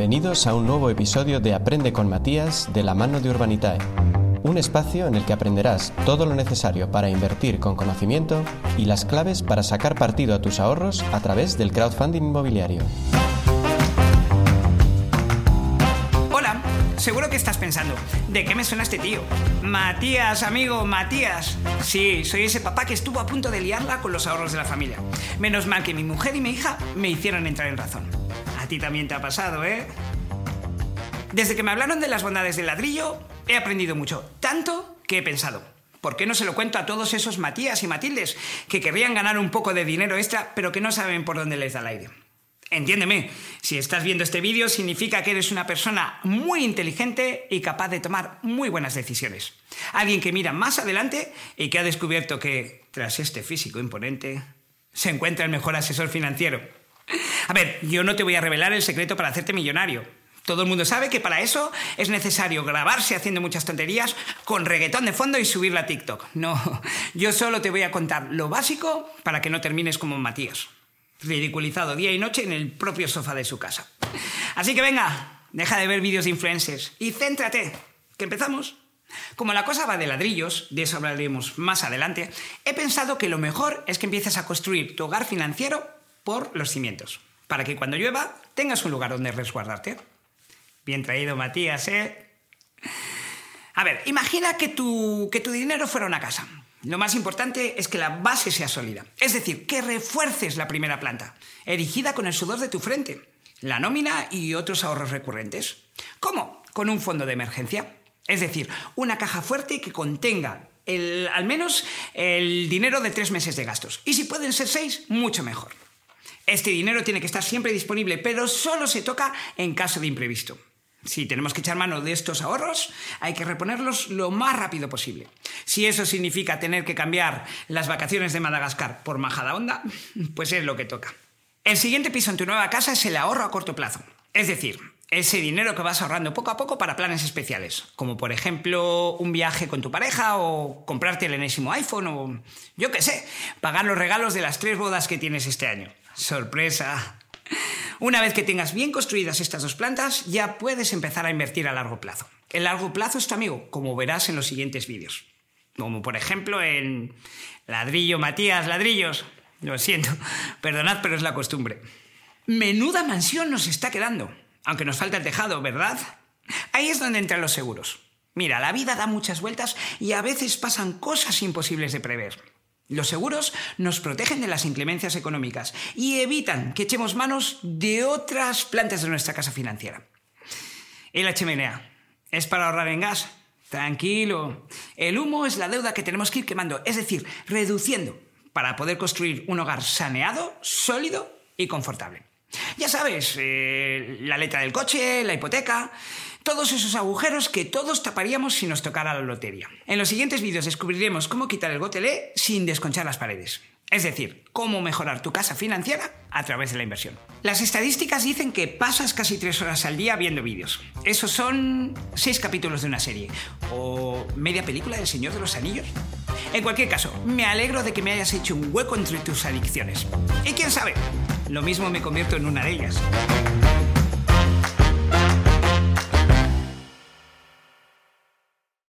Bienvenidos a un nuevo episodio de Aprende con Matías de la mano de Urbanitae, un espacio en el que aprenderás todo lo necesario para invertir con conocimiento y las claves para sacar partido a tus ahorros a través del crowdfunding inmobiliario. Hola, seguro que estás pensando, ¿de qué me suena este tío? Matías, amigo, Matías. Sí, soy ese papá que estuvo a punto de liarla con los ahorros de la familia. Menos mal que mi mujer y mi hija me hicieron entrar en razón. A ti también te ha pasado, ¿eh? Desde que me hablaron de las bondades del ladrillo, he aprendido mucho. Tanto que he pensado, ¿por qué no se lo cuento a todos esos Matías y Matildes que querrían ganar un poco de dinero extra, pero que no saben por dónde les da el aire? Entiéndeme, si estás viendo este vídeo significa que eres una persona muy inteligente y capaz de tomar muy buenas decisiones. Alguien que mira más adelante y que ha descubierto que, tras este físico imponente, se encuentra el mejor asesor financiero. A ver, yo no te voy a revelar el secreto para hacerte millonario. Todo el mundo sabe que para eso es necesario grabarse haciendo muchas tonterías con reggaetón de fondo y subirla a TikTok. No, yo solo te voy a contar lo básico para que no termines como Matías, ridiculizado día y noche en el propio sofá de su casa. Así que venga, deja de ver vídeos de influencers y céntrate, que empezamos. Como la cosa va de ladrillos, de eso hablaremos más adelante, he pensado que lo mejor es que empieces a construir tu hogar financiero por los cimientos, para que cuando llueva tengas un lugar donde resguardarte. Bien traído, Matías, ¿eh? A ver, imagina que tu dinero fuera una casa. Lo más importante es que la base sea sólida, es decir, que refuerces la primera planta, erigida con el sudor de tu frente, la nómina y otros ahorros recurrentes. ¿Cómo? Con un fondo de emergencia, es decir, una caja fuerte que contenga al menos el dinero de 3 meses de gastos. Y si pueden ser 6, mucho mejor. Este dinero tiene que estar siempre disponible, pero solo se toca en caso de imprevisto. Si tenemos que echar mano de estos ahorros, hay que reponerlos lo más rápido posible. Si eso significa tener que cambiar las vacaciones de Madagascar por Majadahonda, pues es lo que toca. El siguiente piso en tu nueva casa es el ahorro a corto plazo. Es decir, ese dinero que vas ahorrando poco a poco para planes especiales, como por ejemplo un viaje con tu pareja o comprarte el enésimo iPhone o, yo qué sé, pagar los regalos de las 3 bodas que tienes este año. ¡Sorpresa! Una vez que tengas bien construidas estas 2 plantas, ya puedes empezar a invertir a largo plazo. El largo plazo es tu amigo, como verás en los siguientes vídeos. Como por ejemplo en ladrillo, Matías, ladrillos. Lo siento, perdonad, pero es la costumbre. Menuda mansión nos está quedando. Aunque nos falta el tejado, ¿verdad? Ahí es donde entran los seguros. Mira, la vida da muchas vueltas y a veces pasan cosas imposibles de prever. Los seguros nos protegen de las inclemencias económicas y evitan que echemos manos de otras plantas de nuestra casa financiera. ¿Y la chimenea? ¿Es para ahorrar en gas? Tranquilo. El humo es la deuda que tenemos que ir quemando, es decir, reduciendo, para poder construir un hogar saneado, sólido y confortable. Ya sabes, la letra del coche, la hipoteca, todos esos agujeros que todos taparíamos si nos tocara la lotería. En los siguientes vídeos descubriremos cómo quitar el gotelé sin desconchar las paredes. Es decir, cómo mejorar tu casa financiera a través de la inversión. Las estadísticas dicen que pasas casi 3 horas al día viendo vídeos. Esos son 6 capítulos de una serie. O media película del Señor de los Anillos. En cualquier caso, me alegro de que me hayas hecho un hueco entre tus adicciones. Y quién sabe, lo mismo me convierto en una de ellas.